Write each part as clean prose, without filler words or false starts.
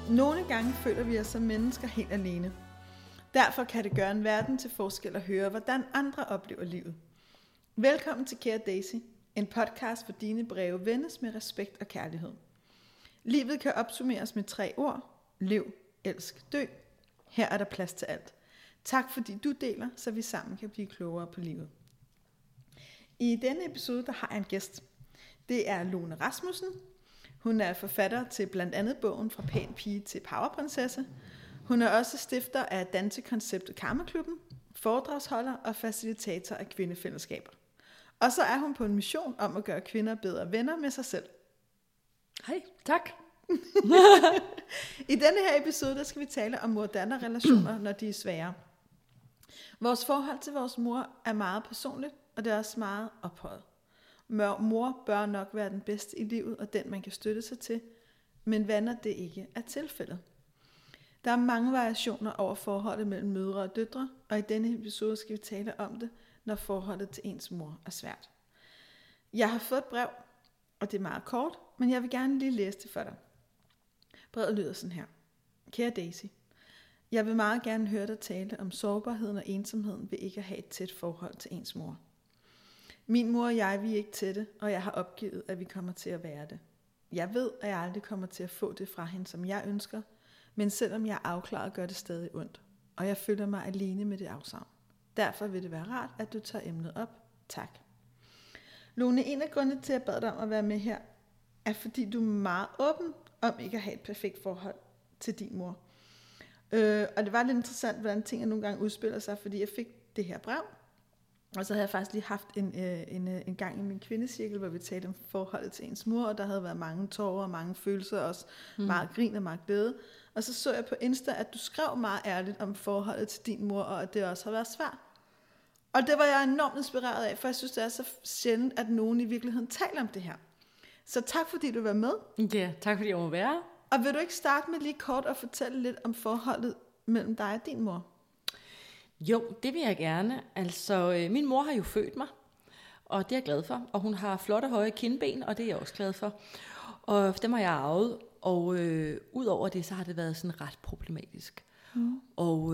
Nogle gange føler vi os som mennesker helt alene. Derfor kan det gøre en verden til forskel at høre, hvordan andre oplever livet. Velkommen til Kære Daisy, en podcast, hvor dine breve vendes med respekt og kærlighed. Livet kan opsummeres med 3 ord. Lev, elsk, dø. Her er der plads til alt. Tak fordi du deler, så vi sammen kan blive klogere på livet. I denne episode der har jeg en gæst. Det er Lone Rasmussen. Hun er forfatter til blandt andet bogen Fra pæn pige til powerprinsesse. Hun er også stifter af dansekonceptet Karmaklubben, foredragsholder og facilitator af kvindefællesskaber. Og så er hun på en mission om at gøre kvinder bedre venner med sig selv. Hej, tak. I denne her episode der skal vi tale om mor-datter-relationer, når de er svære. Vores forhold til vores mor er meget personligt, og det er også meget ophøjet. Mor bør nok være den bedste i livet, og den man kan støtte sig til, men hvad når det ikke er tilfældet? Der er mange variationer over forholdet mellem mødre og døtre, og i denne episode skal vi tale om det, når forholdet til ens mor er svært. Jeg har fået et brev, og det er meget kort, men jeg vil gerne lige læse det for dig. Brevet lyder sådan her. Kære Daisy, jeg vil meget gerne høre dig tale om sårbarheden og ensomheden ved ikke at have et tæt forhold til ens mor. Min mor og jeg, vi er ikke tætte, og jeg har opgivet, at vi kommer til at være det. Jeg ved, at jeg aldrig kommer til at få det fra hende, som jeg ønsker, men selvom jeg er afklaret, gør det stadig ondt, og jeg føler mig alene med det afsavn. Derfor vil det være rart, at du tager emnet op. Tak. Lone, en af grundene til, at jeg bad dig om at være med her, er fordi du er meget åben om ikke at have et perfekt forhold til din mor. Og det var lidt interessant, hvordan tingene nogle gange udspiller sig, fordi jeg fik det her brev, og så havde jeg faktisk lige haft en gang i min kvindecirkel, hvor vi talte om forholdet til ens mor, og der havde været mange tårer og mange følelser, også meget grin og meget glæde. Og så jeg på Insta, at du skrev meget ærligt om forholdet til din mor, og at det også har været svært. Og det var jeg enormt inspireret af, for jeg synes, det er så sjældent, at nogen i virkeligheden taler om det her. Så tak fordi du var med. Ja, tak fordi jeg må være. Og vil du ikke starte med lige kort at fortælle lidt om forholdet mellem dig og din mor? Jo, det vil jeg gerne. Altså, min mor har jo født mig, og det er jeg glad for. Og hun har flotte, høje kindben, og det er jeg også glad for. Og dem har jeg arvet, og ud over det, så har det været sådan ret problematisk. Og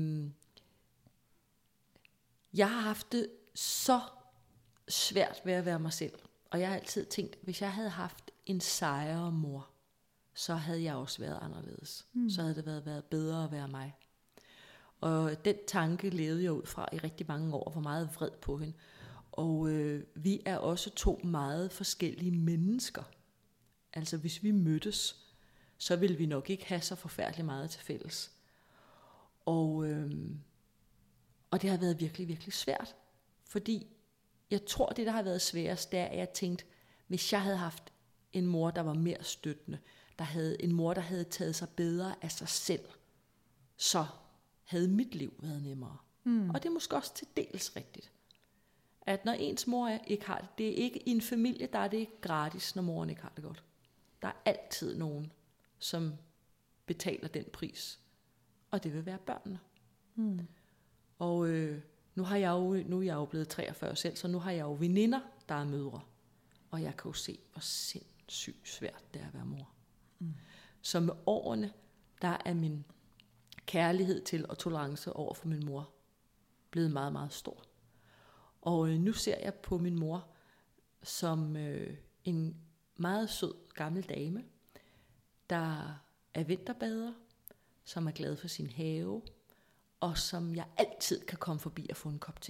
jeg har haft det så svært ved at være mig selv. Og jeg har altid tænkt, hvis jeg havde haft en sejere mor, så havde jeg også været anderledes. Så havde det været bedre at være mig. Og den tanke levede jeg ud fra i rigtig mange år, var meget vred på hende. Og vi er også 2 meget forskellige mennesker. Altså hvis vi mødtes, så ville vi nok ikke have så forfærdeligt meget til fælles. Og det har været virkelig, virkelig svært. Fordi jeg tror, det der har været sværest, det er, at jeg tænkte, hvis jeg havde haft en mor, der var mere støttende, en mor, der havde taget sig bedre af sig selv, så havde mit liv været nemmere. Og det er måske også til dels rigtigt. At når ens mor ikke har det, det er ikke i en familie, der er det ikke gratis, når moren ikke har det godt. Der er altid nogen, som betaler den pris. Og det vil være børnene. Og nu er jeg jo blevet 43 selv, så nu har jeg jo veninder, der er mødre. Og jeg kan jo se, hvor sindssygt svært det er at være mor. Så med årene, der er min kærlighed til og tolerance over for min mor blevet meget, meget stor. Og nu ser jeg på min mor som en meget sød gammel dame, der er vinterbader, som er glad for sin have, og som jeg altid kan komme forbi og få en kop te.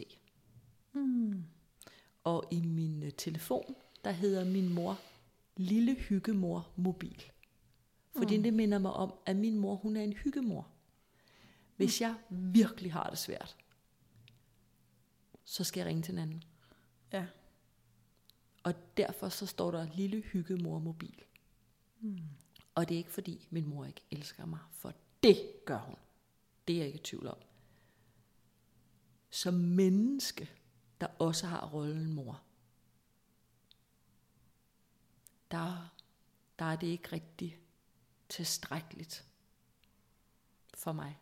Og i min telefon, der hedder min mor Lille Hyggemor Mobil. Fordi det minder mig om, at min mor, hun er en hyggemor. Hvis jeg virkelig har det svært, så skal jeg ringe til en anden. Ja. Og derfor så står der Lille Hyggemor Mobil. Og det er ikke fordi min mor ikke elsker mig, for det gør hun. Det er jeg ikke i tvivl om. Som menneske, der også har rollen mor, der er det ikke rigtig tilstrækkeligt for mig.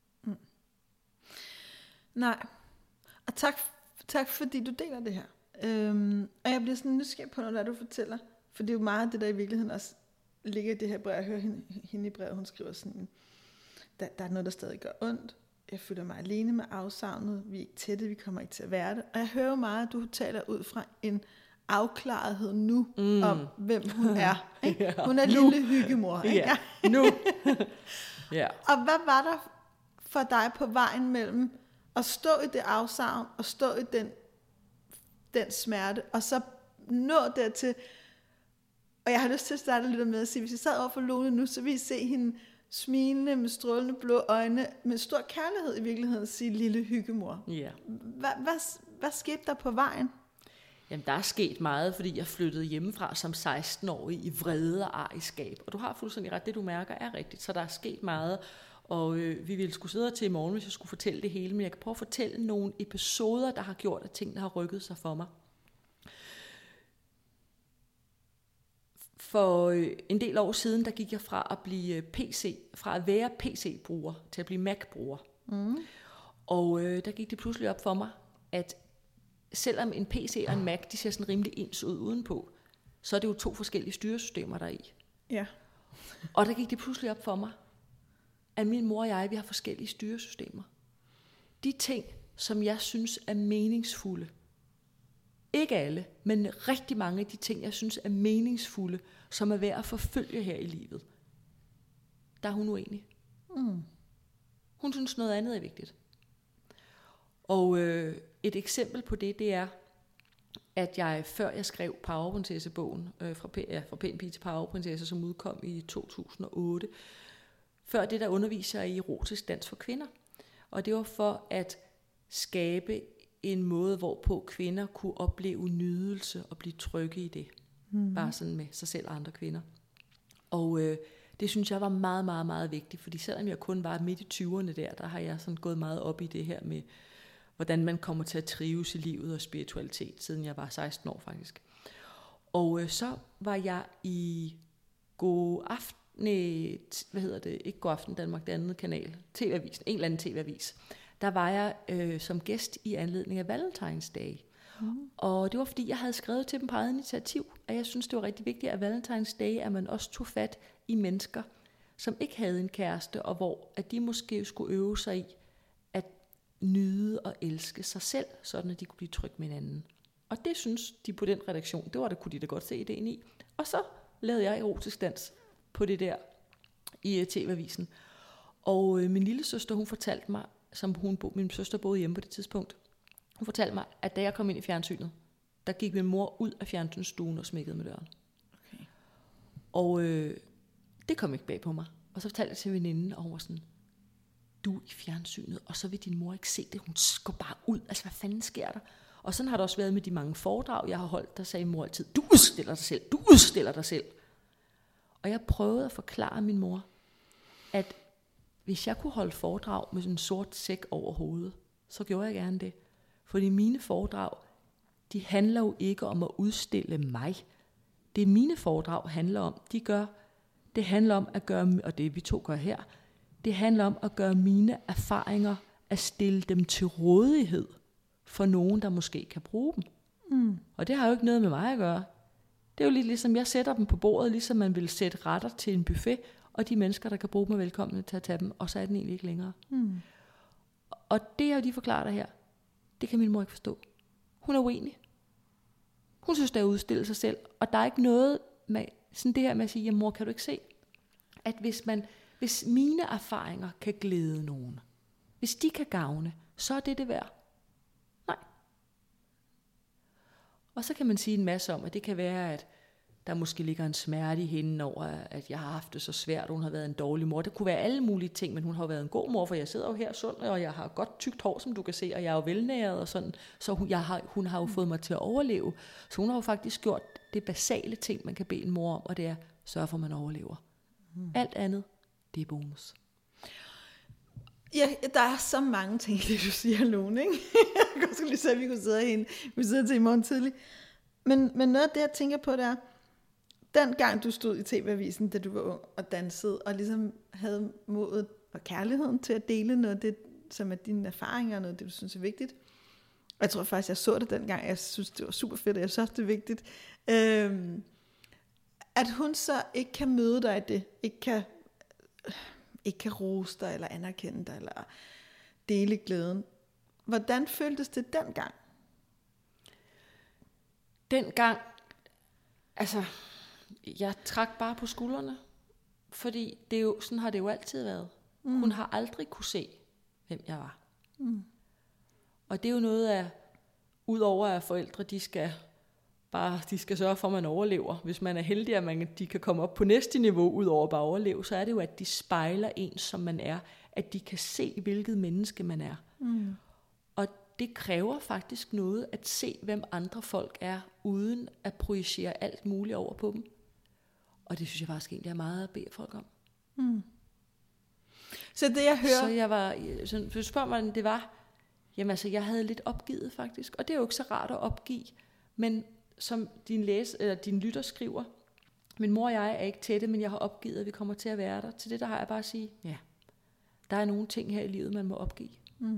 Nej. Og tak fordi du deler det her. Og jeg bliver sådan nysgerrig på, når du fortæller, for det er jo meget det, der i virkeligheden også ligger i det her brev, jeg hører hende i brevet, hun skriver sådan, der er noget, der stadig gør ondt. Jeg føler mig alene med afsavnet. Vi er ikke tætte, vi kommer ikke til at være det. Og jeg hører meget, at du taler ud fra en afklarethed nu, om hvem hun er. Ikke? Ja. Hun er lille hyggemor. Ikke? Ja, nu. Ja. Og hvad var der for dig på vejen mellem at stå i det afsavn, og stå i den smerte, og så nå dertil. Og jeg har lyst til at starte lidt med at sige, hvis jeg sad over for Lone nu, så ville I se hende smilende med strålende blå øjne, med stor kærlighed i virkeligheden, sige lille hyggemor. Ja. Hvad skete der på vejen? Jamen, der er sket meget, fordi jeg flyttede hjemmefra som 16-årig i vrede og ariskab. Og du har fuldstændig ret, det du mærker er rigtigt. Så der er sket meget, og vi ville skulle sidde til i morgen, hvis jeg skulle fortælle det hele. Men jeg kan prøve at fortælle nogle episoder, der har gjort, at tingene har rykket sig for mig. For en del år siden, der gik jeg fra at være PC-bruger til at blive Mac-bruger. Og der gik det pludselig op for mig, at selvom en PC og en Mac, de ser sådan rimelig ens ud udenpå, så er det jo 2 forskellige styresystemer der i. Ja. Og der gik det pludselig op for mig, at min mor og jeg, vi har forskellige styresystemer. De ting, som jeg synes er meningsfulde, ikke alle, men rigtig mange af de ting, jeg synes er meningsfulde, som er værd at forfølge her i livet, der er hun uenig. Hun synes noget andet er vigtigt. Og et eksempel på det er, at jeg, før jeg skrev Powerprinsesse-bogen, fra Pæn Pige til Powerprinsesse, som udkom i 2008, før det der underviser jeg i erotisk dans for kvinder. Og det var for at skabe en måde, hvorpå kvinder kunne opleve nydelse og blive trygge i det. Bare sådan med sig selv og andre kvinder. Og det synes jeg var meget, meget, meget vigtigt, fordi selvom jeg kun var midt i 20'erne der har jeg sådan gået meget op i det her med, hvordan man kommer til at trives i livet og spiritualitet, siden jeg var 16 år faktisk. Og så var jeg i ikke God Aften Danmark, det andet kanal, TV-avisen, en eller anden TV-avis. Der var jeg som gæst i anledning af Valentine's Day. Og det var fordi, jeg havde skrevet til dem på eget initiativ, at jeg synes, det var rigtig vigtigt, at Valentine's Day, at man også tog fat i mennesker, som ikke havde en kæreste, og hvor at de måske skulle øve sig i at nyde og elske sig selv, sådan at de kunne blive trygge med hinanden. Og det synes de på den redaktion, kunne de da godt se ideen i. Og så lavede jeg erotisk dans på det der i TV-avisen. Og min lille søster, hun fortalte mig, min søster boede hjemme på det tidspunkt, hun fortalte mig, at da jeg kom ind i fjernsynet, der gik min mor ud af fjernsynsstuen og smækkede med døren. Okay. Og det kom ikke bag på mig. Og så fortalte jeg til veninden, og hun var sådan, du er i fjernsynet, og så vil din mor ikke se det, hun går bare ud, altså hvad fanden sker der? Og sådan har det også været med de mange foredrag, jeg har holdt, der sagde mor altid, du udstiller dig selv. Og jeg prøvede at forklare min mor, at hvis jeg kunne holde foredrag med sådan en sort sæk over hovedet, så gjorde jeg gerne det. Fordi mine foredrag, de handler jo ikke om at udstille mig. Det mine foredrag handler om, det handler om at gøre, og det vi to gør her, det handler om at gøre mine erfaringer, at stille dem til rådighed for nogen, der måske kan bruge dem. Og det har jo ikke noget med mig at gøre. Det er jo lidt ligesom, jeg sætter dem på bordet, ligesom man vil sætte retter til en buffet, og de mennesker, der kan bruge dem, er velkomne til at tage dem, og så er den egentlig ikke længere. Og det er jo de forklarer der her. Det kan min mor ikke forstå. Hun er uenig. Hun synes, det er at udstille sig selv. Og der er ikke noget med sådan det her med at sige, jamen mor, kan du ikke se, at hvis mine erfaringer kan glæde nogen, hvis de kan gavne, så er det værd. Nej. Og så kan man sige en masse om, at det kan være, at der måske ligger en smerte i hende over, at jeg har haft det så svært, og hun har været en dårlig mor. Det kunne være alle mulige ting, men hun har været en god mor, for jeg sidder jo her sund, og jeg har godt tykt hår, som du kan se, og jeg er jo velnæret og sådan. Så hun har jo fået mig til at overleve. Så hun har jo faktisk gjort det basale ting, man kan bede en mor om, og det er, sørge for, at man overlever. Alt andet, det er bonus. Ja, der er så mange ting, det du siger, Lone, ikke? Jeg kan også lige sige, at vi sidder til i morgen tidlig. Men noget af det, jeg tænker på, det er, den gang du stod i TV-avisen, da du var ung og dansede, og ligesom havde modet og kærligheden til at dele noget af det, som er dine erfaringer, og noget af det, du synes er vigtigt. Og jeg tror faktisk, jeg så det dengang, jeg synes, det var super fedt, og jeg synes, det er vigtigt. at hun så ikke kan møde dig i det, ikke kan rose dig, eller anerkende dig, eller dele glæden. Hvordan føltes det dengang? Dengang, altså, jeg trak bare på skuldrene, fordi det er jo, sådan har det jo altid været. Hun har aldrig kunne se, hvem jeg var. Og det er jo noget af, udover at forældre, de skal sørge for, at man overlever. Hvis man er heldig, at de kan komme op på næste niveau, udover bare at overleve, så er det jo, at de spejler en, som man er. At de kan se, hvilket menneske man er. Og det kræver faktisk noget, at se, hvem andre folk er, uden at projicere alt muligt over på dem. Og det synes jeg faktisk egentlig er meget at bede folk om. Så det jeg hører... Så jeg var, så du spørger mig, hvordan det var. Jamen altså, jeg havde lidt opgivet faktisk. Og det er jo ikke så rart at opgive. Men som din lytter skriver, min mor og jeg er ikke tætte, men jeg har opgivet, at vi kommer til at være der. Til det der har jeg bare at sige, ja, der er nogle ting her i livet, man må opgive.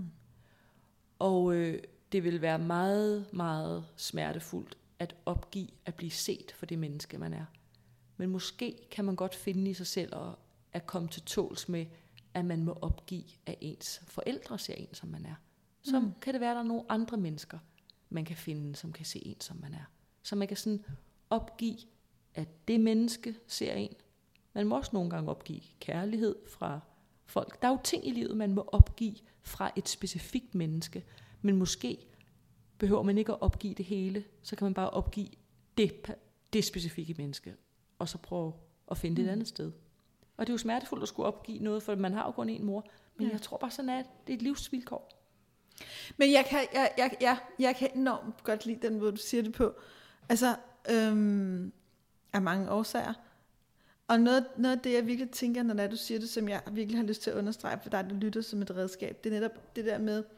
Og det vil være meget, meget smertefuldt at opgive at blive set for det menneske, man er. Men måske kan man godt finde i sig selv at komme til tåls med, at man må opgive, at ens forældre ser en, som man er. Så kan det være, at der er nogle andre mennesker, man kan finde, som kan se en, som man er. Så man kan sådan opgive, at det menneske ser en. Man må også nogle gange opgive kærlighed fra folk. Der er jo ting i livet, man må opgive fra et specifikt menneske. Men måske behøver man ikke at opgive det hele. Så kan man bare opgive det specifikke menneske. Og så prøve at finde det et andet sted. Og det er jo smertefuldt at skulle opgive noget, for man har jo kun en mor. Men jeg tror bare sådan, at det er et livsvilkår. Men jeg kan enormt godt lide den måde, du siger det på. Altså, af mange årsager. Og noget af det, jeg virkelig tænker, når du siger det, som jeg virkelig har lyst til at understrege, for dig, der lytter som et redskab, det er netop det der med,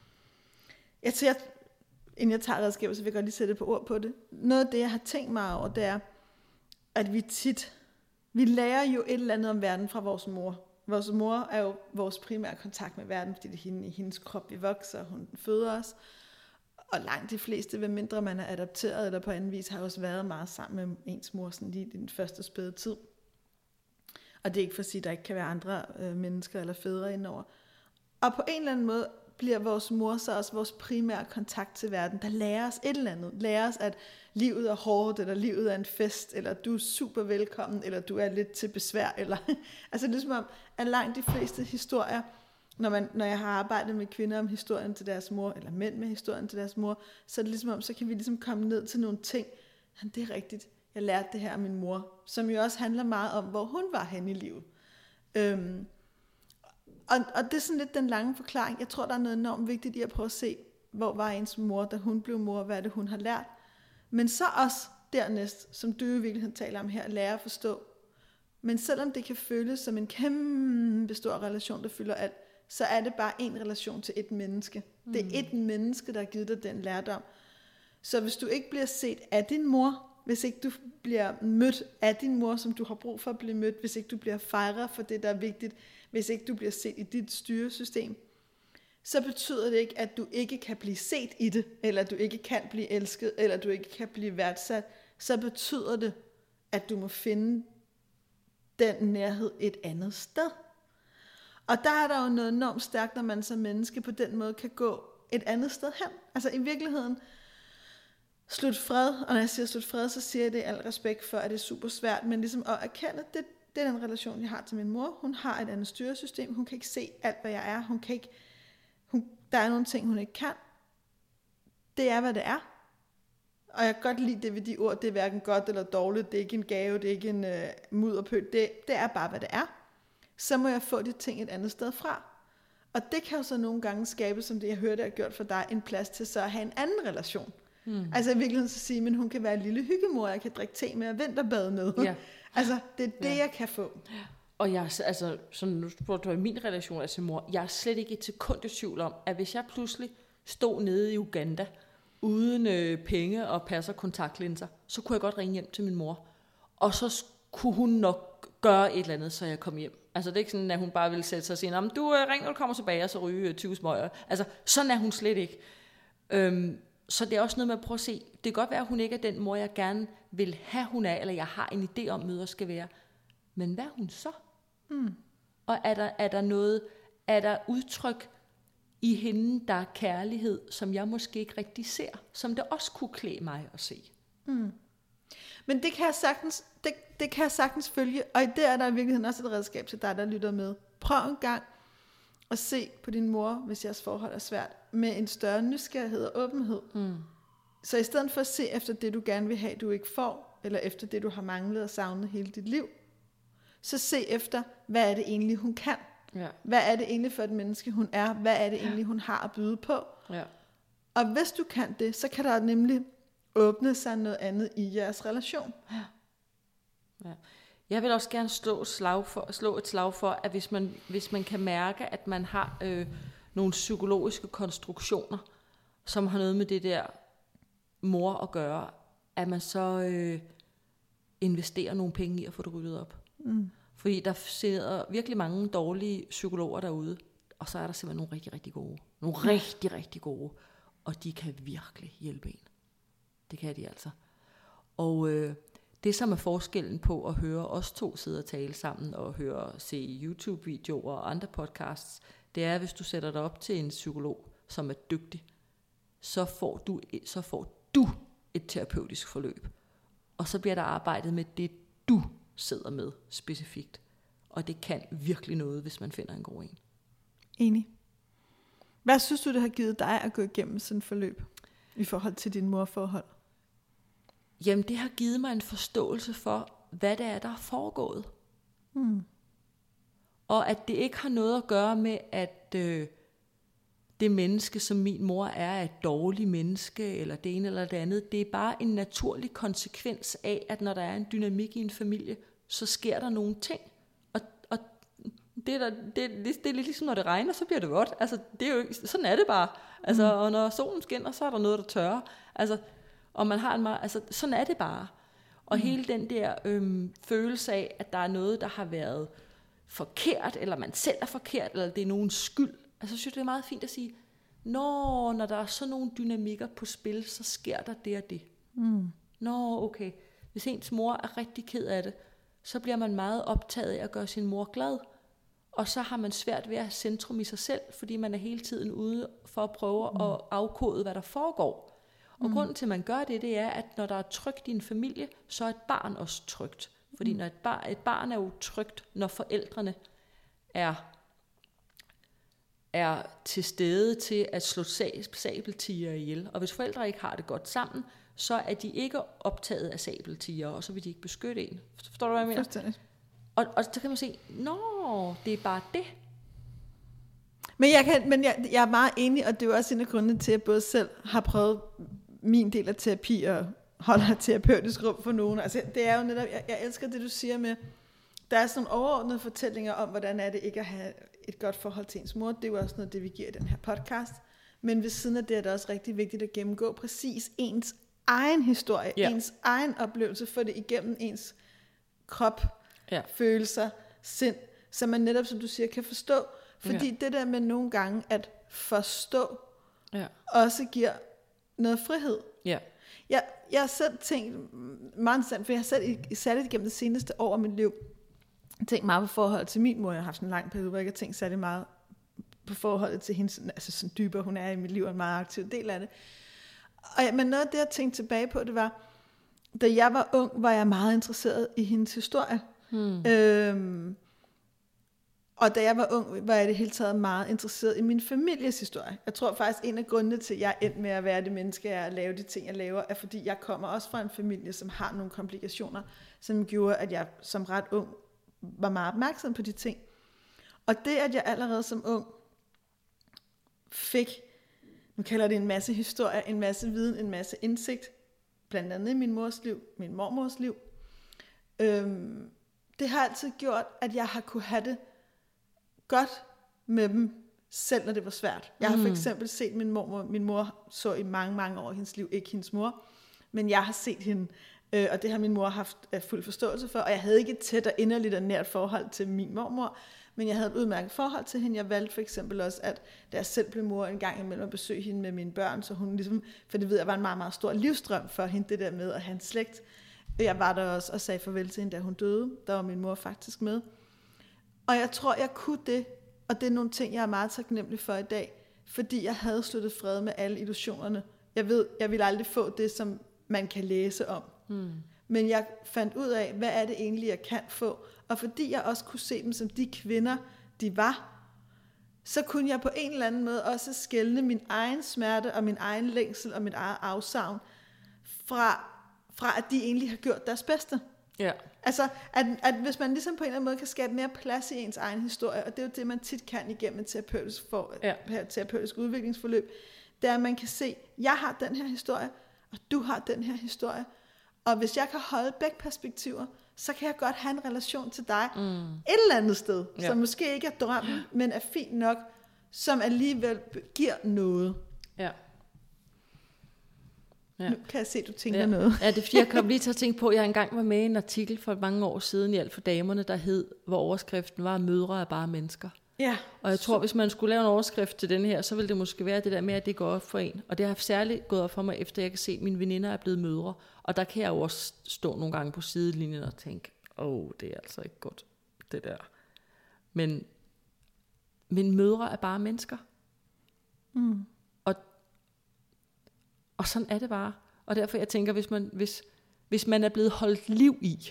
inden jeg tager redskaber, så vil jeg godt lige sætte på ord på det. Noget af det, jeg har tænkt mig over, det er, at vi lærer jo et eller andet om verden fra vores mor. Vores mor er jo vores primære kontakt med verden, fordi det er i hendes krop, vi vokser, hun føder os. Og langt de fleste, hvad mindre man er adopteret eller på anden vis, har også været meget sammen med ens mor, sådan lige i den første spæde tid. Og det er ikke for at sige, at der ikke kan være andre mennesker eller fædre indover. Og på en eller anden måde bliver vores mor så også vores primære kontakt til verden, der lærer os et eller andet. Lærer os, at livet er hårdt, eller livet er en fest, eller du er super velkommen, eller du er lidt til besvær. Eller altså det er som om, at langt de fleste historier, når jeg har arbejdet med kvinder om historien til deres mor, eller mænd med historien til deres mor, så er det ligesom om, så kan vi ligesom komme ned til nogle ting. Det er rigtigt, jeg lærte det her af min mor, som jo også handler meget om, hvor hun var henne i livet. Og det er sådan lidt den lange forklaring. Jeg tror, der er noget enormt vigtigt i at prøve at se, hvor var ens mor, da hun blev mor, hvad er det, hun har lært. Men så også dernæst, som du i virkeligheden taler om her, lære at forstå. Men selvom det kan føles som en kæmpe stor relation, der fylder alt, så er det bare en relation til et menneske. Det er et menneske, der har givet dig den lærdom. Så hvis du ikke bliver set af din mor, hvis ikke du bliver mødt af din mor, som du har brug for at blive mødt, hvis ikke du bliver fejret for det, der er vigtigt, hvis ikke du bliver set i dit styresystem, så betyder det ikke, at du ikke kan blive set i det, eller du ikke kan blive elsket, eller du ikke kan blive værdsat. Så betyder det, at du må finde den nærhed et andet sted. Og der er der jo noget enormt stærkt, når man som menneske på den måde kan gå et andet sted hen. Altså i virkeligheden, slut fred, og når jeg siger slut fred, så siger jeg det i al respekt for, at det er super svært, men ligesom at erkende, det er den relation, jeg har til min mor. Hun har et andet styresystem. Hun kan ikke se alt, hvad jeg er. Der er nogle ting, hun ikke kan. Det er, hvad det er. Og jeg kan godt lide det ved de ord. Det er hverken godt eller dårligt. Det er ikke en gave. Det er ikke en mudderpøl. Det er bare, hvad det er. Så må jeg få de ting et andet sted fra. Og det kan jo så nogle gange skabe, som det jeg hørte, jeg har gjort for dig, en plads til så at have en anden relation. Altså i virkeligheden så sige, men hun kan være en lille hyggemor, jeg kan drikke te med og vinterbade med. Ja. Altså det er det, jeg kan få. Og jeg, altså, sådan, nu spurgte du i min relation til mor, jeg er slet ikke et sekund i tvivl om, at hvis jeg pludselig stod nede i Uganda, uden penge og passer kontaktlinser, så kunne jeg godt ringe hjem til min mor. Og så kunne hun nok gøre et eller andet, så jeg kom hjem. Altså det er ikke sådan, at hun bare ville sætte sig og sige, du ring, når du kommer tilbage, og så ryge 20 smøger. Altså sådan er hun slet ikke. Så det er også noget med at prøve at se, det kan godt være, at hun ikke er den mor, jeg gerne vil have, hun er, eller jeg har en idé om, mødre skal være. Men hvad er hun så? Og er der udtryk i hende, der er kærlighed, som jeg måske ikke rigtig ser, som det også kunne klæde mig at se? Men det kan jeg sagtens følge, og det er der i virkeligheden også et redskab til dig, der lytter med. Prøv en gang at se på din mor, hvis jeres forhold er svært, med en større nysgerrighed og åbenhed. Så i stedet for at se efter det, du gerne vil have, du ikke får, eller efter det, du har manglet og savnet hele dit liv, så se efter, hvad er det egentlig, hun kan? Ja. Hvad er det egentlig for et menneske, hun er? Hvad er det egentlig, hun har at byde på? Ja. Og hvis du kan det, så kan der nemlig åbne sig noget andet i jeres relation. Ja. Jeg vil også gerne slå et slag for, at hvis man kan mærke, at man har nogle psykologiske konstruktioner, som har noget med det der mor at gøre, at man så investerer nogle penge i at få det ryddet op. Fordi der sidder virkelig mange dårlige psykologer derude, og så er der simpelthen nogle rigtig, rigtig gode. Nogle rigtig, rigtig gode. Og de kan virkelig hjælpe en. Det kan de altså. Og det, som er forskellen på at høre os to sidde og tale sammen, og se YouTube-videoer og andre podcasts, det er, hvis du sætter dig op til en psykolog, som er dygtig, så får du et terapeutisk forløb. Og så bliver der arbejdet med det, du sidder med specifikt. Og det kan virkelig noget, hvis man finder en god en. Enig. Hvad synes du, det har givet dig at gå igennem sådan et forløb i forhold til din morforhold? Jamen, det har givet mig en forståelse for, hvad det er, der er foregået. Og at det ikke har noget at gøre med, at det menneske, som min mor er et dårligt menneske, eller det ene eller det andet. Det er bare en naturlig konsekvens af, at når der er en dynamik i en familie, så sker der nogle ting. Og det er lidt ligesom, når det regner, så bliver det vådt. Altså, det er jo, sådan er det bare. Altså, og når solen skinner, så er der noget, der tørrer. Altså, og man har sådan er det bare. Og hele den der følelse af, at der er noget, der har været forkert, eller man selv er forkert, eller det er nogens skyld. Altså, jeg synes, det er meget fint at sige, når der er sådan nogle dynamikker på spil, så sker der det og det. Okay. Hvis ens mor er rigtig ked af det, så bliver man meget optaget af at gøre sin mor glad. Og så har man svært ved at have centrum i sig selv, fordi man er hele tiden ude for at prøve at afkode, hvad der foregår. Og grunden til, at man gør det, det er, at når der er trygt i en familie, så er et barn også trygt. Fordi når et barn er jo trygt, når forældrene er til stede til at slå sabeltiger ihjel. Og hvis forældre ikke har det godt sammen, så er de ikke optaget af sabeltiger, og så vil de ikke beskytte en. Forstår du, hvad jeg mener? Fuldstændig. Og så kan man sige, det er bare det. Men jeg er meget enig, og det er jo også en af grundene til, at jeg både selv har prøvet min del af terapi og holder terapeutisk rum for nogen. Altså, det er jo netop, jeg elsker det, du siger med, der er sådan nogle overordnede fortællinger om, hvordan er det ikke at have et godt forhold til ens mor. Det er jo også noget, det vi giver i den her podcast. Men ved siden af det er det også rigtig vigtigt at gennemgå præcis ens egen historie, ens egen oplevelse, få det igennem ens krop, følelser, sind, så man netop, som du siger, kan forstå. Fordi det der med nogle gange at forstå, også giver noget frihed. Ja. Jeg har selv tænkt meget interessant, for jeg har selv særligt igennem det seneste år af mit liv tænkt meget på forholdet til min mor. Jeg har haft en lang periode, hvor jeg ikke har tænkt særlig meget på forholdet til hende, altså sådan dybere hun er i mit liv, og en meget aktiv del af det. Men noget af det, jeg tænkte tilbage på, det var, da jeg var ung, var jeg meget interesseret i hendes historie. Og da jeg var ung, var jeg det hele taget meget interesseret i min families historie. Jeg tror faktisk, en af grundene til, at jeg endte med at være det menneske, jeg er at lave de ting, jeg laver, er fordi jeg kommer også fra en familie, som har nogle komplikationer, som gjorde, at jeg som ret ung var meget opmærksom på de ting. Og det, at jeg allerede som ung fik, nu kalder det en masse historie, en masse viden, en masse indsigt, blandt andet i min mors liv, min mormors liv, det har altid gjort, at jeg har kunne have det godt med dem, selv når det var svært. Jeg har for eksempel set min mor så i mange, mange år i hendes liv, ikke hendes mor, men jeg har set hende, og det har min mor haft fuld forståelse for, og jeg havde ikke et tæt og inderligt og nært forhold til min mormor, Men jeg havde et udmærket forhold til hende. Jeg valgte for eksempel også, at da jeg selv blev mor, en gang imellem at besøge hende med mine børn, så hun ligesom, for det ved jeg var en meget, meget stor livsdrøm for hende, det der med at have en slægt. Jeg var der også og sagde farvel til hende, da hun døde. Der var min mor faktisk med. Og jeg tror, jeg kunne det, og det er nogle ting, jeg er meget taknemmelig for i dag, fordi jeg havde sluttet fred med alle illusionerne. Jeg ved, jeg ville aldrig få det, som man kan læse om. Men jeg fandt ud af, hvad er det egentlig, jeg kan få. Og fordi jeg også kunne se dem som de kvinder, de var, så kunne jeg på en eller anden måde også skelne min egen smerte og min egen længsel og mit eget afsavn fra at de egentlig har gjort deres bedste. Ja. Altså, at hvis man ligesom på en eller anden måde kan skabe mere plads i ens egen historie, og det er jo det, man tit kan igennem et terapeutisk udviklingsforløb, det er, at man kan se, jeg har den her historie, og du har den her historie, og hvis jeg kan holde begge perspektiver, så kan jeg godt have en relation til dig et eller andet sted, som måske ikke er drømmen, men er fint nok, som alligevel giver noget. Ja. Ja. Nu kan jeg se, at du tænker noget. Ja, det er fordi, jeg kom lige til at tænke på, at jeg engang var med i en artikel for mange år siden i Alt for Damerne, der hed, hvor overskriften var, mødre er bare mennesker. Ja. Og jeg tror, hvis man skulle lave en overskrift til den her, så ville det måske være det der med, at det går op for en. Og det har særligt gået op for mig, efter jeg kan se, at mine veninder er blevet mødre. Og der kan jeg jo også stå nogle gange på sidelinjen og tænke, det er altså ikke godt, det der. Men mødre er bare mennesker. Og sådan er det bare. Og derfor jeg tænker, hvis man er blevet holdt liv i,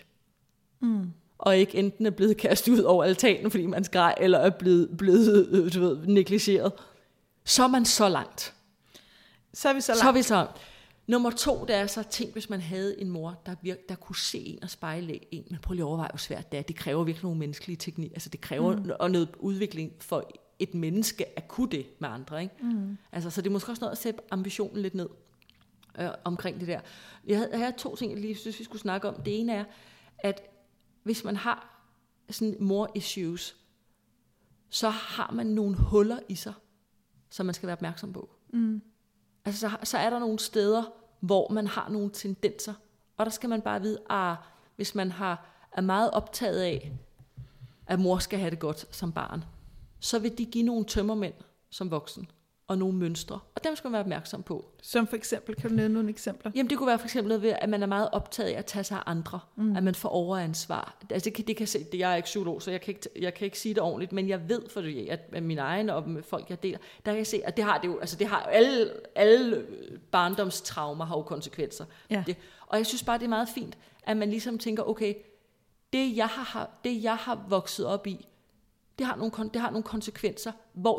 og ikke enten er blevet kastet ud over altanen, fordi man skreg, eller er blevet negligeret, så er man så langt. Så er vi så langt. Nummer 2, det er så, tænk hvis man havde en mor, der kunne se en og spejle en. Men prøv lige at overveje, hvor svært det er. Det kræver virkelig nogle menneskelige teknik. Altså det kræver noget udvikling for et menneske at kunne det med andre. Ikke? Altså, så det er måske også noget at sætte ambitionen lidt ned omkring det der. Jeg havde 2 ting, jeg lige synes, vi skulle snakke om. Det ene er, at hvis man har sådan mor-issues, så har man nogle huller i sig, som man skal være opmærksom på. Altså, så er der nogle steder, hvor man har nogle tendenser, og der skal man bare vide, hvis man er meget optaget af, at mor skal have det godt som barn, så vil de give nogle tømmermænd som voksen, og nogle mønstre, og dem skal man være opmærksom på. Som for eksempel, kan du nævne nogle eksempler? Jamen det kunne være for eksempel ved, at man er meget optaget af at tage sig af andre, at man får overansvar. Altså det kan se, jeg er ikke psykolog, så jeg kan ikke sige det ordentligt, men jeg ved, fordi at min egen og med folk jeg deler, der kan jeg se, at det har det jo, altså det har alle barndomstraumer har jo konsekvenser. Ja. Og jeg synes bare, det er meget fint, at man ligesom tænker, okay, det jeg har vokset op i, det har nogle konsekvenser.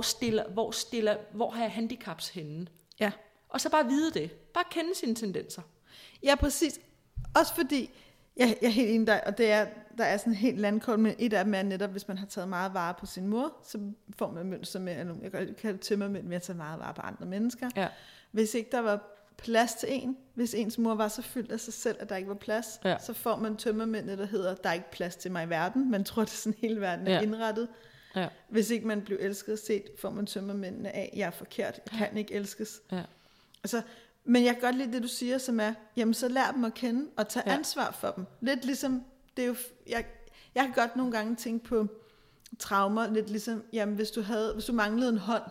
Hvor har jeg handicaps henne? Ja. Og så bare vide det. Bare kende sine tendenser. Ja, præcis. Også fordi, jeg er helt enig der, og der er sådan en helt landkort, men et af dem er netop, hvis man har taget meget vare på sin mor, så får man mønster med, eller jeg kan kalde det tømmermænd, med at tage meget vare på andre mennesker. Ja. Hvis ikke der var plads til en, hvis ens mor var så fyldt af sig selv, at der ikke var plads, så får man tømmermændene, der hedder, der er ikke plads til mig i verden. Man tror, det er sådan hele verden er indrettet. Ja. Hvis ikke man bliver elsket og set, får man tømmermændene af, jeg er forkert, jeg kan ikke elskes. Ja. Altså, men jeg kan godt lide det, du siger, som er, jamen så lær dem at kende, og tage ansvar for dem. Lidt ligesom, det er jo, jeg kan godt nogle gange tænke på traumer, lidt ligesom, jamen hvis du manglede en hånd,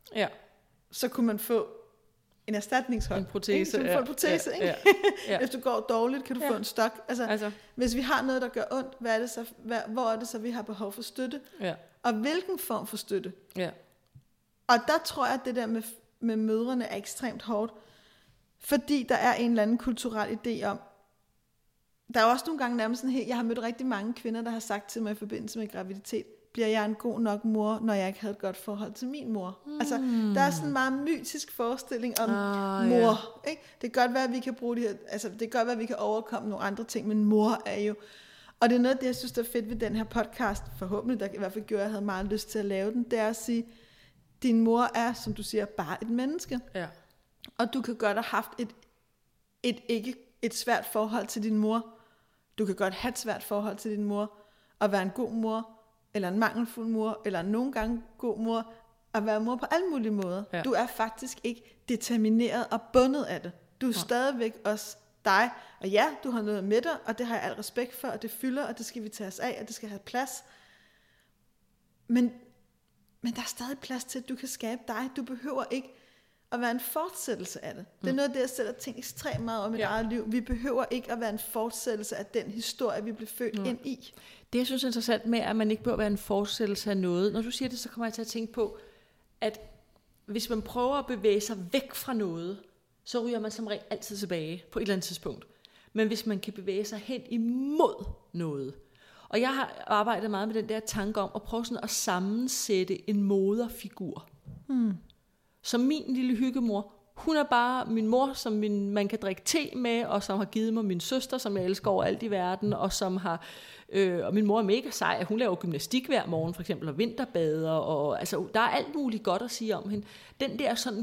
så kunne man få en erstatningshånd. En protese. Så du får en protese, ikke? Ja. Hvis du går dårligt, kan du få en stok. Altså, hvis vi har noget, der gør ondt, hvor er det så, vi har behov for støtte? Ja. Og hvilken form for støtte? Ja. Og der tror jeg, at det der med mødrene er ekstremt hårdt, fordi der er en eller anden kulturel idé om, der er også nogle gange nærmest sådan helt, jeg har mødt rigtig mange kvinder, der har sagt til mig i forbindelse med graviditet, bliver jeg en god nok mor, når jeg ikke havde et godt forhold til min mor? Altså, der er sådan en meget mytisk forestilling om mor. Ikke? Det kan godt være, at vi kan bruge det kan godt være, at vi kan overkomme nogle andre ting, men mor er jo... Og det er noget af det, jeg synes, der er fedt ved den her podcast, forhåbentlig, der i hvert fald gjorde, at jeg havde meget lyst til at lave den, det er at sige, din mor er, som du siger, bare et menneske. Ja. Og du kan godt have haft et svært forhold til din mor. Du kan godt have et svært forhold til din mor, og være en god mor, eller en mangelfuld mor, eller nogle gange god mor, at være mor på alle mulige måder. Ja. Du er faktisk ikke determineret og bundet af det. Du er stadigvæk også dig, og ja, du har noget med dig, og det har jeg al respekt for, og det fylder, og det skal vi tage os af, og det skal have plads. Men der er stadig plads til, at du kan skabe dig. Du behøver ikke at være en fortsættelse af det. Det er noget af det, jeg selv har tænkt ekstremt meget om i mit eget liv. Vi behøver ikke at være en fortsættelse af den historie, vi blev født ind i. Det, jeg synes er interessant med, at man ikke behøver at være en fortsættelse af noget. Når du siger det, så kommer jeg til at tænke på, at hvis man prøver at bevæge sig væk fra noget, så ryger man som regel altid tilbage på et eller andet tidspunkt. Men hvis man kan bevæge sig hen imod noget. Og jeg har arbejdet meget med den der tanke om at prøve sådan at sammensætte en moderfigur. Som min lille hyggemor. Hun er bare min mor, som man kan drikke te med, og som har givet mig min søster, som jeg elsker overalt i verden, og som har... og min mor er mega sej, hun laver gymnastik hver morgen, for eksempel, og vinterbader, og altså, der er alt muligt godt at sige om hende. Den der sådan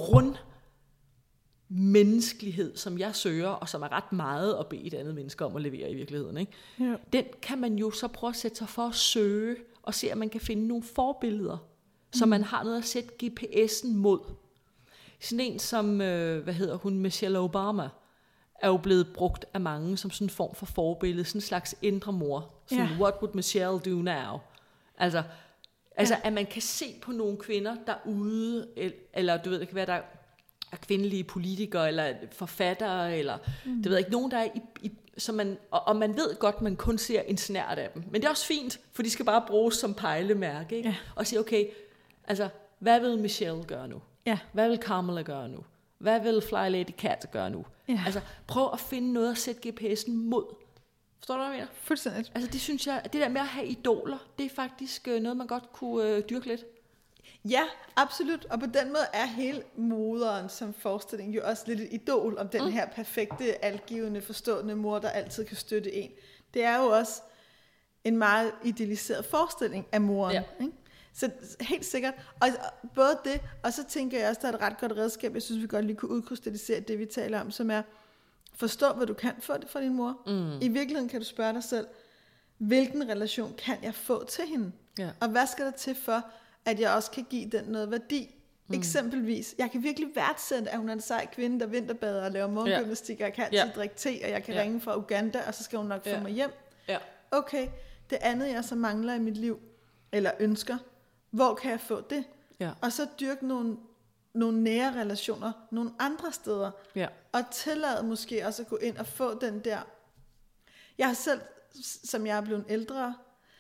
grundmenneskelighed, som jeg søger, og som er ret meget at bede et andet menneske om at levere i virkeligheden, ikke? Ja. Den kan man jo så prøve at sætte sig for at søge, og se, om man kan finde nogle forbilleder, så man har noget at sætte GPS'en mod. Sådan en som, Michelle Obama, er jo blevet brugt af mange som sådan en form for forbillede, sådan en slags indre mor. Sådan, what would Michelle do now? Altså, at man kan se på nogle kvinder derude, eller du ved, det kan være, der er kvindelige politikere, eller forfattere, eller det ved jeg ikke, nogen, der er som man, og man ved godt, man kun ser en snært af dem. Men det er også fint, for de skal bare bruges som pejlemærke, ikke? Ja. Og sige, okay, altså, hvad vil Michelle gøre nu? Ja. Hvad vil Kamala gøre nu? Hvad vil Fly Lady Cat gøre nu? Ja. Altså, prøv at finde noget at sætte GPS'en mod. Forstår du, hvad jeg mener? Fuldstændig. Altså, det synes jeg, det der med at have idoler, det er faktisk noget, man godt kunne dyrke lidt. Ja, absolut. Og på den måde er hele moderen som forestilling jo også lidt et idol om den her perfekte, altgivende, forstående mor, der altid kan støtte en. Det er jo også en meget idealiseret forestilling af moren. Ja. Ikke? Så helt sikkert. Og både det, og så tænker jeg også, der er et ret godt redskab, jeg synes, vi godt lige kunne udkrystallisere det, vi taler om, som er, forstå, hvad du kan få det fra din mor. I virkeligheden kan du spørge dig selv, hvilken relation kan jeg få til hende? Ja. Og hvad skal der til for, at jeg også kan give den noget værdi? Eksempelvis, jeg kan virkelig værdsætte, at hun er en sej kvinde, der vinterbader og laver morgengymnastik, og jeg kan altid drikke te, og jeg kan ringe fra Uganda, og så skal hun nok få mig hjem. Ja. Okay, det andet, jeg så mangler i mit liv, eller ønsker, hvor kan jeg få det? Ja. Og så dyrke nogle nære relationer nogle andre steder. Ja. Og tillade måske også at gå ind og få den der. Jeg har selv, som jeg er blevet ældre,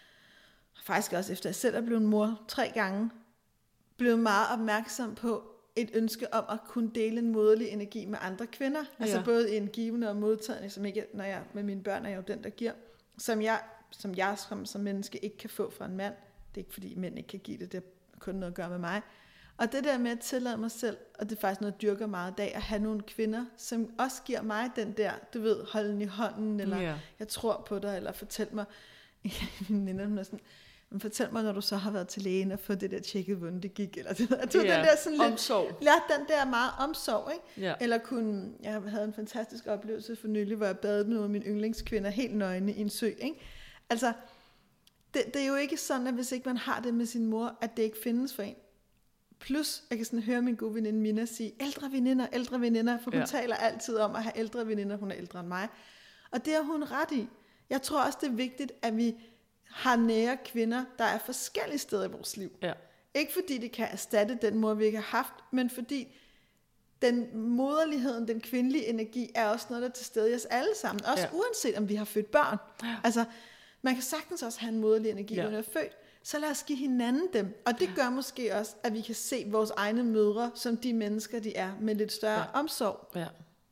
faktisk også efter jeg selv er blevet mor 3 gange, blevet meget opmærksom på et ønske om at kunne dele en moderlig energi med andre kvinder. Ja. Altså både en givende og modtagende, som ikke, når jeg med mine børn er jo den, der giver, som jeg som menneske ikke kan få fra en mand. Det er ikke fordi mænd ikke kan give det, det har kun noget at gøre med mig. Og det der med at tillade mig selv, og det er faktisk noget, jeg dyrker meget i dag, at have nogle kvinder, som også giver mig den der, du ved, holden i hånden, eller jeg tror på dig, eller fortæl mig, fortæl mig, når du så har været til lægen og fået det der tjekket, hvordan det gik, eller det der, den der sådan lidt, omsorg. Den der meget omsorg, ikke? Ja. Eller jeg havde en fantastisk oplevelse for nylig, hvor jeg badede med nogle af mine yndlingskvinder helt nøgne i en sø, ikke? Altså, det er jo ikke sådan, at hvis ikke man har det med sin mor, at det ikke findes for en. Plus, jeg kan sådan høre min gode veninde Mina sige, ældre veninder, for hun taler altid om at have ældre veninder, hun er ældre end mig. Og det er hun ret i. Jeg tror også, det er vigtigt, at vi har nære kvinder, der er forskellige steder i vores liv. Ja. Ikke fordi det kan erstatte den mor, vi ikke har haft, men fordi den moderligheden, den kvindelige energi, er også noget, der er til stede i os alle sammen. Også uanset om vi har født børn. Ja. Altså, man kan sagtens også have en moderlig energi, når man er født. Så lad os give hinanden dem. Og det gør måske også, at vi kan se vores egne mødre, som de mennesker, de er, med lidt større omsorg. Ja.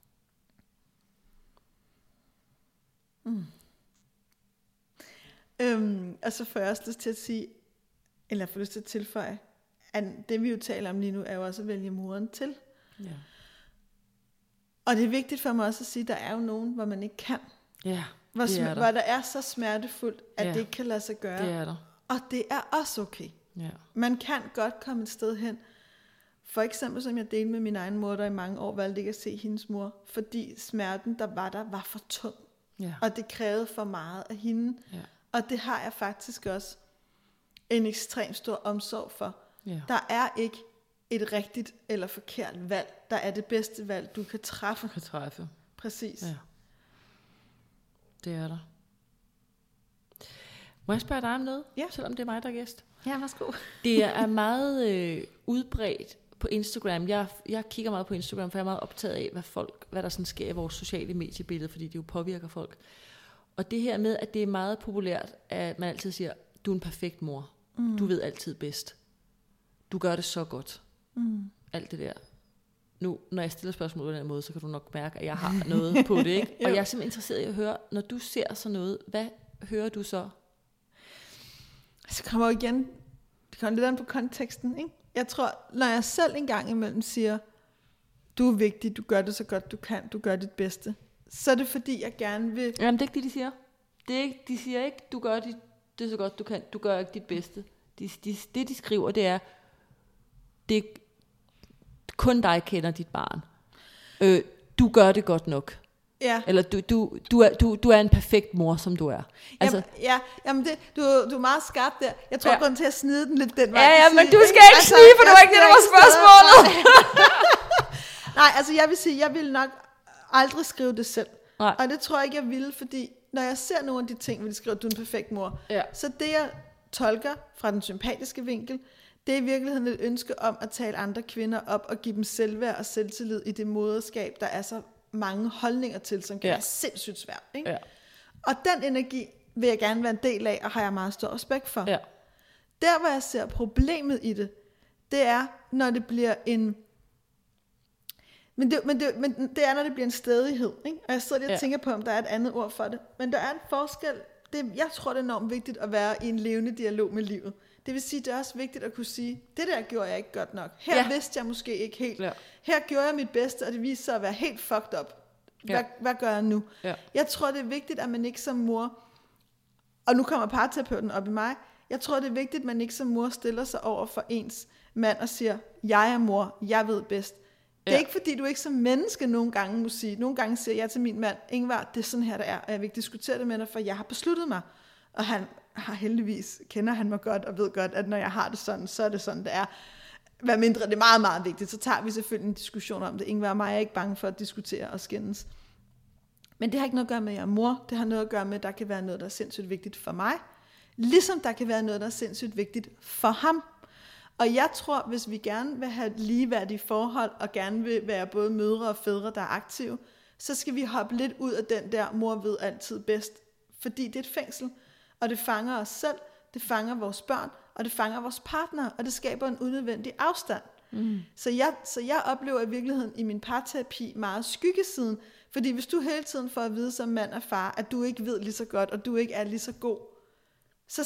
Og så får jeg også lyst til at sige, eller får lyst til at tilføje, at det vi jo taler om lige nu, er jo også at vælge moren til. Ja. Og det er vigtigt for mig også at sige, at der er jo nogen, hvor man ikke kan. Ja, hvor der er så smertefuldt, at det ikke kan lade sig gøre. Det er der. Og det er også okay. Ja. Man kan godt komme et sted hen. For eksempel, som jeg delte med min egen mor, der i mange år valgte ikke at se hendes mor, fordi smerten, der var for tung. Ja. Og det krævede for meget af hende. Ja. Og det har jeg faktisk også en ekstremt stor omsorg for. Ja. Der er ikke et rigtigt eller forkert valg. Der er det bedste valg, du kan træffe. Præcis. Ja. Det er der. Må jeg spørge dig om noget? Ja. Selvom det er mig, der er gæst. Ja, værsgo. Det er meget udbredt på Instagram. Jeg kigger meget på Instagram, for jeg er meget optaget af, hvad der sådan sker i vores sociale mediebillede, fordi det jo påvirker folk. Og det her med, at det er meget populært, at man altid siger, du er en perfekt mor. Du ved altid bedst. Du gør det så godt. Alt det der. Nu, når jeg stiller spørgsmål på den måde, så kan du nok mærke, at jeg har noget på det, ikke? Og jeg er simpelthen interesseret i at høre, når du ser sådan noget, hvad hører du så? Så kommer jo igen, det kommer lidt an på konteksten, ikke? Jeg tror, når jeg selv en gang imellem siger, du er vigtig, du gør det så godt du kan, du gør dit bedste, så er det fordi, jeg gerne vil... Jamen, det er ikke det, de siger. De siger ikke, du gør det så godt du kan, du gør ikke dit bedste. Det, de skriver, det er, kun dig kender dit barn. Du gør det godt nok. Ja. Eller du er en perfekt mor, som du er. Altså, jamen du er meget skarp der. Jeg tror, grunden til at snide den lidt den vej. Ja, men du skal ikke snige, for det var ikke det, der var spørgsmålet. Nej, altså jeg vil sige, jeg vil nok aldrig skrive det selv. Nej. Og det tror jeg ikke, jeg ville, fordi når jeg ser nogle af de ting, hvor de skriver, du er en perfekt mor, så det jeg tolker fra den sympatiske vinkel, det er i virkeligheden et ønske om at tale andre kvinder op og give dem selvværd og selvtillid i det moderskab, der er så mange holdninger til, som kan være sindssygt svært. Ikke? Ja. Og den energi vil jeg gerne være en del af, og har jeg meget stor respekt for. Ja. Der, hvor jeg ser problemet i det, det er, når det bliver en... Men det er, når det bliver en stædighed. Ikke? Og jeg sidder lige og tænker på, om der er et andet ord for det. Men der er en forskel. Jeg tror, det er enormt vigtigt at være i en levende dialog med livet. Det vil sige, det er også vigtigt at kunne sige, det der gjorde jeg ikke godt nok. Her vidste jeg måske ikke helt. Ja. Her gjorde jeg mit bedste, og det viste sig at være helt fucked up. Hvad gør jeg nu? Ja. Jeg tror, det er vigtigt, at man ikke som mor, og nu kommer parterapeuten op i mig, jeg tror, det er vigtigt, at man ikke som mor stiller sig over for ens mand og siger, jeg er mor, jeg ved bedst. Det er ikke fordi, du ikke som menneske nogle gange må sige, nogle gange siger jeg til min mand, Ingvar, det er sådan her, der er, og jeg vil ikke diskutere det med dig, for jeg har besluttet mig. Og han har heldigvis, kender han mig godt, og ved godt, at når jeg har det sådan, så er det sådan, det er. Hvad mindre det er meget, meget vigtigt, så tager vi selvfølgelig en diskussion om det. Ingvar og mig er ikke bange for at diskutere og skændes. Men det har ikke noget at gøre med, at jeg er mor. Det har noget at gøre med, at der kan være noget, der er sindssygt vigtigt for mig. Ligesom der kan være noget, der er sindssygt vigtigt for ham. Og jeg tror, hvis vi gerne vil have ligeværdige forhold, og gerne vil være både mødre og fædre, der er aktive, så skal vi hoppe lidt ud af den der, mor ved altid bedst. Fordi det er et fængsel, og det fanger os selv, det fanger vores børn, og det fanger vores partnere, og det skaber en unødvendig afstand. Så jeg oplever i virkeligheden i min parterapi meget skyggesiden, fordi hvis du hele tiden får at vide som mand og far, at du ikke ved lige så godt, og du ikke er lige så god, så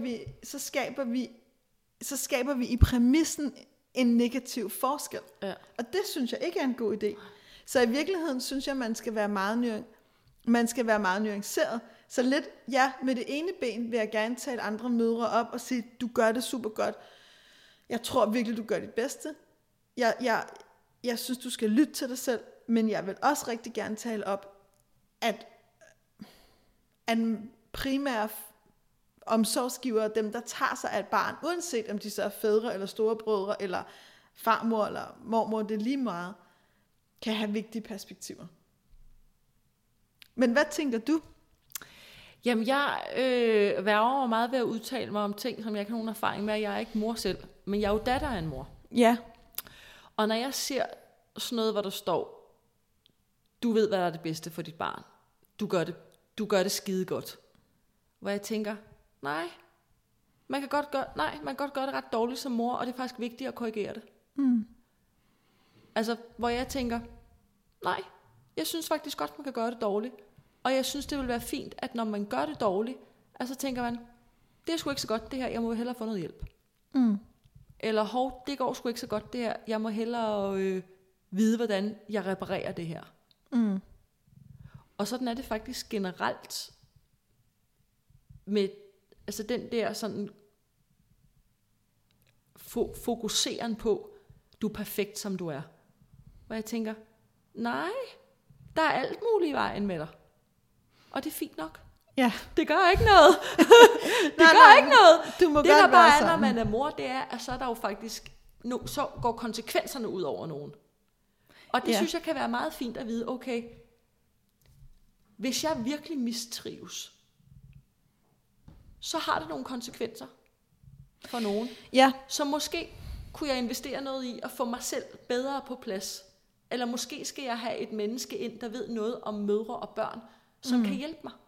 skaber vi i præmissen en negativ forskel. Ja. Og det synes jeg ikke er en god idé. Så i virkeligheden synes jeg, man skal være meget nuanceret. Så lidt, med det ene ben vil jeg gerne tale andre mødre op og sige, du gør det super godt. Jeg tror virkelig, du gør dit bedste. Jeg synes, du skal lytte til dig selv, men jeg vil også rigtig gerne tale op, at en primær omsorgsgiver, dem der tager sig af et barn, uanset om de så er fædre eller storebrødre, eller farmor eller mormor, det er lige meget, kan have vigtige perspektiver. Men hvad tænker du? Jamen, jeg værger mig meget ved at udtale mig om ting, som jeg ikke har nogen erfaring med. Jeg er ikke mor selv, men jeg er jo datter af en mor. Ja. Og når jeg ser sådan noget, hvor der står, du ved, hvad der er det bedste for dit barn. Du gør det skide godt. Hvor jeg tænker, nej, man kan godt gøre det ret dårligt som mor, og det er faktisk vigtigt at korrigere det. Altså, hvor jeg tænker, nej, jeg synes faktisk godt, man kan gøre det dårligt. Og jeg synes, det vil være fint, at når man gør det dårligt, så tænker man, det er sgu ikke så godt det her, jeg må hellere få noget hjælp. Eller, det går sgu ikke så godt det her, jeg må hellere vide, hvordan jeg reparerer det her. Og sådan er det faktisk generelt med den der sådan fokuseren på, du er perfekt, som du er. Hvor jeg tænker, nej, der er alt muligt i vejen med dig. Og det er fint nok. Ja. Det gør ikke noget. Ikke noget. Du må det godt der bare er, sådan. når man er mor, det er, at så er der jo faktisk, så går konsekvenserne ud over nogen. Og det synes jeg kan være meget fint at vide, okay, hvis jeg virkelig mistrives, så har det nogle konsekvenser. for nogen. Ja. Så måske kunne jeg investere noget i at få mig selv bedre på plads. Eller måske skal jeg have et menneske ind, der ved noget om mødre og børn, som kan hjælpe mig.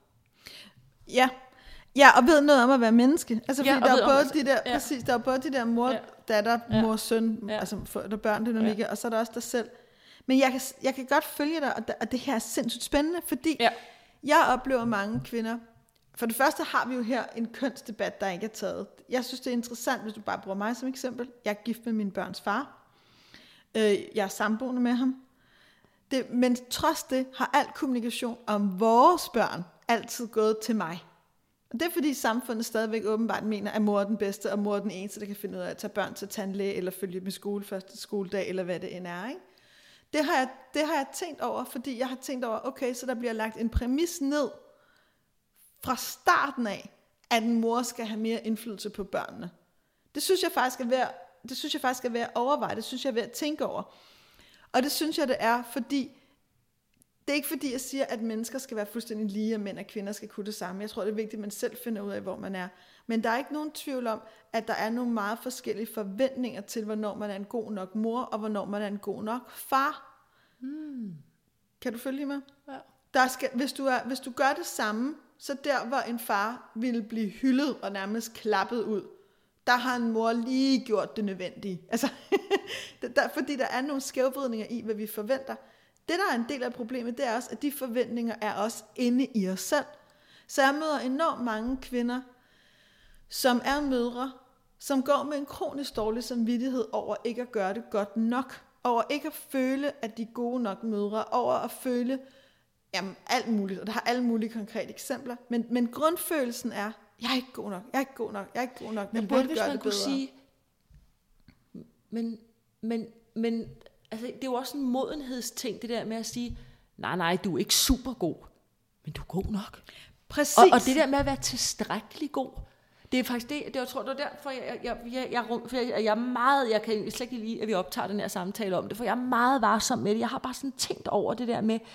Ja, og ved noget om at være menneske. Altså, fordi der er både de der, ja. præcis, der er både de der mor, datter, mor, søn, altså forældre, børn, dynamikker, og så er der også dig selv. Men jeg kan godt følge dig, og det her er sindssygt spændende, fordi jeg oplever mange kvinder. For det første har vi jo her en kønsdebat, der ikke er taget. Jeg synes, det er interessant, hvis du bare bruger mig som eksempel. Jeg er gift med min børns far. Jeg er samboende med ham. Men trods det har al kommunikation om vores børn altid gået til mig. Og det er fordi samfundet stadigvæk åbenbart mener, at mor er den bedste, og mor er den eneste, der kan finde ud af at tage børn til tandlæge, eller følge dem i skole første skoledag, eller hvad det end er, ikke? Det har jeg tænkt over, fordi jeg har tænkt over, okay, så der bliver lagt en præmis ned fra starten af, at en mor skal have mere indflydelse på børnene. Det synes jeg faktisk er værd at overveje, det synes jeg er værd at tænke over. Og det synes jeg, det er, fordi det er ikke fordi, jeg siger, at mennesker skal være fuldstændig lige, og mænd og kvinder skal kunne det samme. Jeg tror, det er vigtigt, at man selv finder ud af, hvor man er. Men der er ikke nogen tvivl om, at der er nogle meget forskellige forventninger til, hvornår man er en god nok mor, og hvornår man er en god nok far. Kan du følge mig? Ja. Hvis du gør det samme, så der, hvor en far ville blive hyldet og nærmest klappet ud, der har en mor lige gjort det nødvendige. Altså, fordi der er nogle skævvridninger i, hvad vi forventer. Det, der er en del af problemet, det er også, at de forventninger er også inde i os selv. Så jeg møder enormt mange kvinder, som er mødre, som går med en kronisk dårlig samvittighed over ikke at gøre det godt nok. Over ikke at føle, at de er gode nok mødre. Over at føle alt muligt. Og der har alle mulige konkrete eksempler. Men grundfølelsen er, jeg er ikke god nok, jeg er ikke god nok, jeg er ikke god nok. Men hvad hvis man kunne sige, men altså, det er jo også en modenhedsting, det der med at sige, nej, du er ikke super god, men du er god nok. Præcis. Og det der med at være tilstrækkelig god, det er faktisk det, jeg tror, det er derfor, jeg er meget, jeg kan slet ikke lide, at vi optager den her samtale om det, for jeg er meget varsom med det. Jeg har bare sådan tænkt over det der med,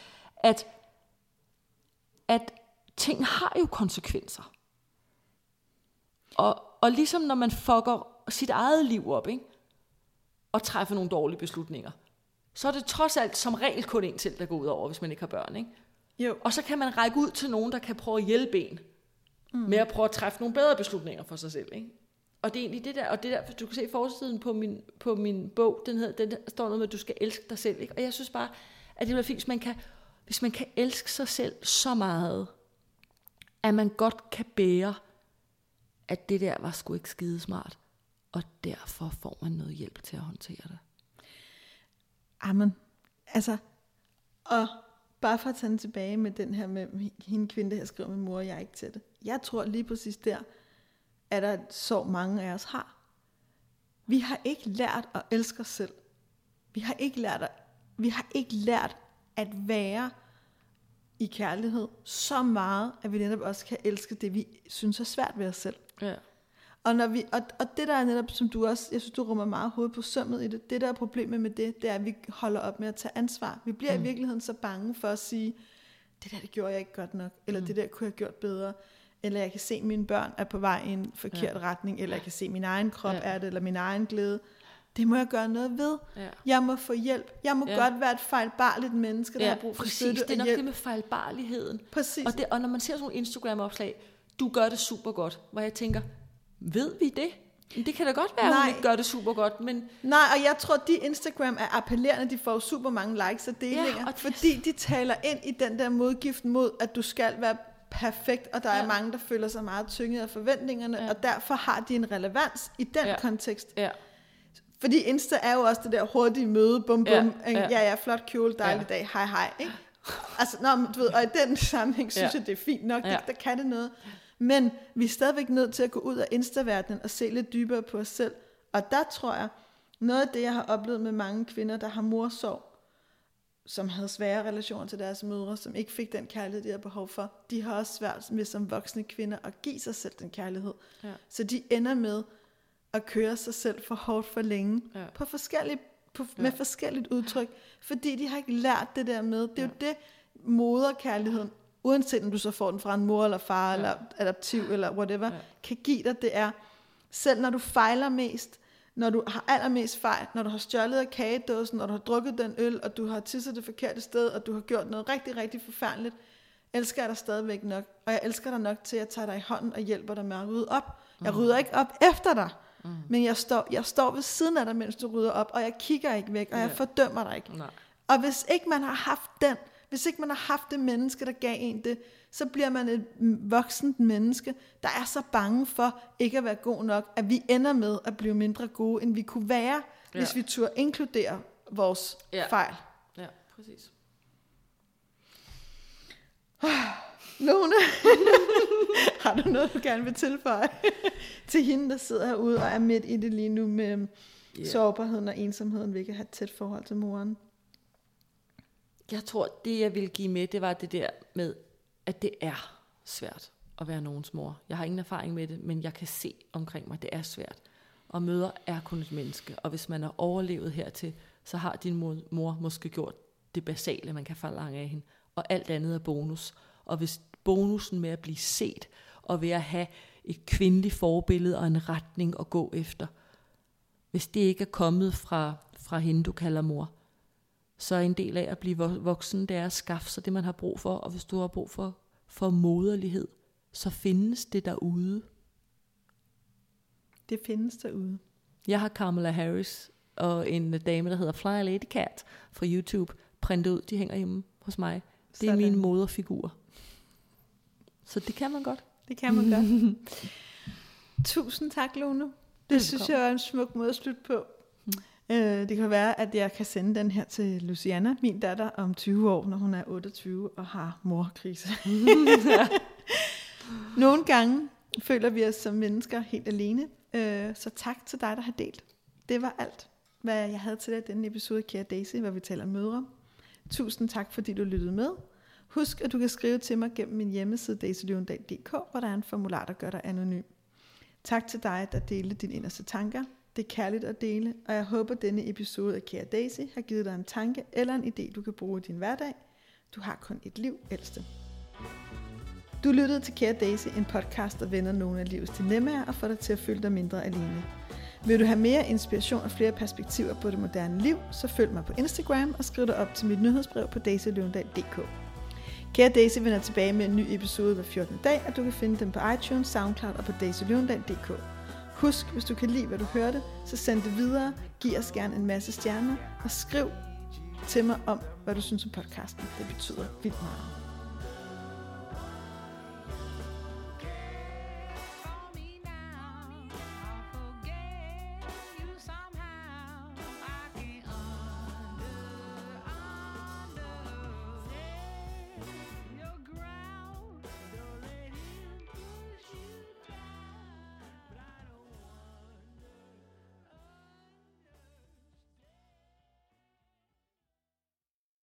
at ting har jo konsekvenser. Og ligesom når man fucker sit eget liv op, ikke? Og træffer nogle dårlige beslutninger, så er det trods alt som regel kun en selv, der går ud over, hvis man ikke har børn, ikke? Jo. Og så kan man række ud til nogen, der kan prøve at hjælpe en med at prøve at træffe nogle bedre beslutninger for sig selv, ikke? Og det er egentlig det der, og det der, du kan se forsiden på min bog, den står noget med, at du skal elske dig selv, ikke? Og jeg synes bare, at det er fint, hvis man kan elske sig selv så meget, at man godt kan bære, at det der var sgu ikke skidesmart, og derfor får man noget hjælp til at håndtere det. Amen. Altså, og bare for at tage den tilbage med den her med hende kvinde, der skriver med mor, jeg er ikke til det. Jeg tror lige præcis der, at der så mange af os har. Vi har ikke lært at elske os selv. Vi har ikke lært at være i kærlighed så meget, at vi netop også kan elske det, vi synes er svært ved os selv. Ja. Og det der er netop, som du også, jeg synes du rummer meget hoved på sømmet i det der er problemet med det er, at vi holder op med at tage ansvar. Vi bliver i virkeligheden så bange for at sige, det der det gjorde jeg ikke godt nok, eller det der kunne jeg have gjort bedre, eller jeg kan se mine børn er på vej i en forkert retning, eller jeg kan se min egen krop er det, eller min egen glæde. Det må jeg gøre noget ved. Ja. Jeg må få hjælp. Jeg må godt være et fejlbarligt menneske, der har brug for støtte og hjælp. Det er nok det med fejlbarligheden. Præcis. Og når man ser sådan nogle Instagram-opslag, du gør det super godt, hvor jeg tænker, ved vi det? Det kan da godt være, at hun ikke gør det super godt, men... Nej, og jeg tror, de Instagram er appellerende, de får super mange likes og delinger, fordi de taler ind i den der modgift mod, at du skal være perfekt, og der er mange, der føler sig meget tynget af forventningerne, og derfor har de en relevans i den kontekst. Ja. Fordi Insta er jo også det der hurtige møde, bum bum, ja, flot kjole, dejlig dag, hej, ikke? Altså, du ved, og i den sammenhæng synes jeg, det er fint nok, der kan det noget. Men vi er stadigvæk nødt til at gå ud af Insta-verdenen og se lidt dybere på os selv. Og der tror jeg, noget af det, jeg har oplevet med mange kvinder, der har morsorg, som havde svære relationer til deres mødre, som ikke fik den kærlighed, de havde behov for, de har også svært med som voksne kvinder at give sig selv den kærlighed. Ja. Så de ender med at køre sig selv for hårdt for længe, på med forskelligt udtryk, fordi de har ikke lært det der med. Det er jo det, moderkærligheden, uanset om du så får den fra en mor eller far, eller adoptiv, eller whatever, kan give dig, det er, Selv når du fejler mest, når du har allermest fejl, når du har stjålet af kagedåsen, når du har drukket den øl, og du har tisset det forkerte sted, og du har gjort noget rigtig, rigtig forfærdeligt, elsker jeg dig stadigvæk nok. Og jeg elsker dig nok til at tage dig i hånden og hjælper dig med at rydde op. Jeg rydder ikke op efter dig, men jeg står ved siden af dig, mens du rydder op, og jeg kigger ikke væk, og jeg fordømmer dig ikke. Nej. Og hvis ikke man har haft hvis ikke man har haft det menneske, der gav en det, så bliver man et voksent menneske, der er så bange for ikke at være god nok, at vi ender med at blive mindre gode, end vi kunne være, hvis vi turde inkludere vores fejl. Ja, præcis. Lone, har du noget, du gerne vil tilføje til hende, der sidder herude og er midt i det lige nu med sårbarheden og ensomheden, ved ikke at have et tæt forhold til moren? Jeg tror, det jeg ville give med, det var det der med, at det er svært at være nogens mor. Jeg har ingen erfaring med det, men jeg kan se omkring mig, det er svært. Og mødre er kun et menneske, og hvis man har overlevet hertil, så har din mor måske gjort det basale, man kan forlange af hende. Og alt andet er bonus. Og hvis bonusen med at blive set, og ved at have et kvindeligt forbillede og en retning at gå efter, hvis det ikke er kommet fra hende, du kalder mor, så er en del af at blive voksen, det er at skaffe sig det, man har brug for. Og hvis du har brug for moderlighed, så findes det derude. Det findes derude. Jeg har Kamala Harris og en dame, der hedder Fly Lady Cat fra YouTube, printet ud. De hænger hjemme hos mig. Det er mine moderfigurer. Så det kan man godt. Det kan man godt. Tusind tak, Lone. Det synes jeg er en smuk måde at slutte på. Det kan være, at jeg kan sende den her til Luciana, min datter, om 20 år, når hun er 28 og har morkrise. Nogle gange føler vi os som mennesker helt alene. Så tak til dig, der har delt. Det var alt, hvad jeg havde til dig i denne episode af Kære Daisy, hvor vi taler mødre. Tusind tak, fordi du lyttede med. Husk, at du kan skrive til mig gennem min hjemmeside daisyløvendal.dk, hvor der er en formular, der gør dig anonym. Tak til dig, der delte dine inderste tanker. Det er kærligt at dele, og jeg håber, at denne episode af Kære Daisy har givet dig en tanke eller en idé, du kan bruge i din hverdag. Du har kun et liv, ældste. Du lyttede til Kære Daisy, en podcast, der vender nogle af livets dilemmaer og får dig til at føle dig mindre alene. Vil du have mere inspiration og flere perspektiver på det moderne liv, så følg mig på Instagram og skriv dig op til mit nyhedsbrev på daisyløvendal.dk. Kære Daisy vender tilbage med en ny episode hver 14. dag, og du kan finde dem på iTunes, SoundCloud og på daisyløvendal.dk. Husk, hvis du kan lide, hvad du hørte, så send det videre, giv os gerne en masse stjerner, og skriv til mig om, hvad du synes om podcasten. Det betyder vildt meget.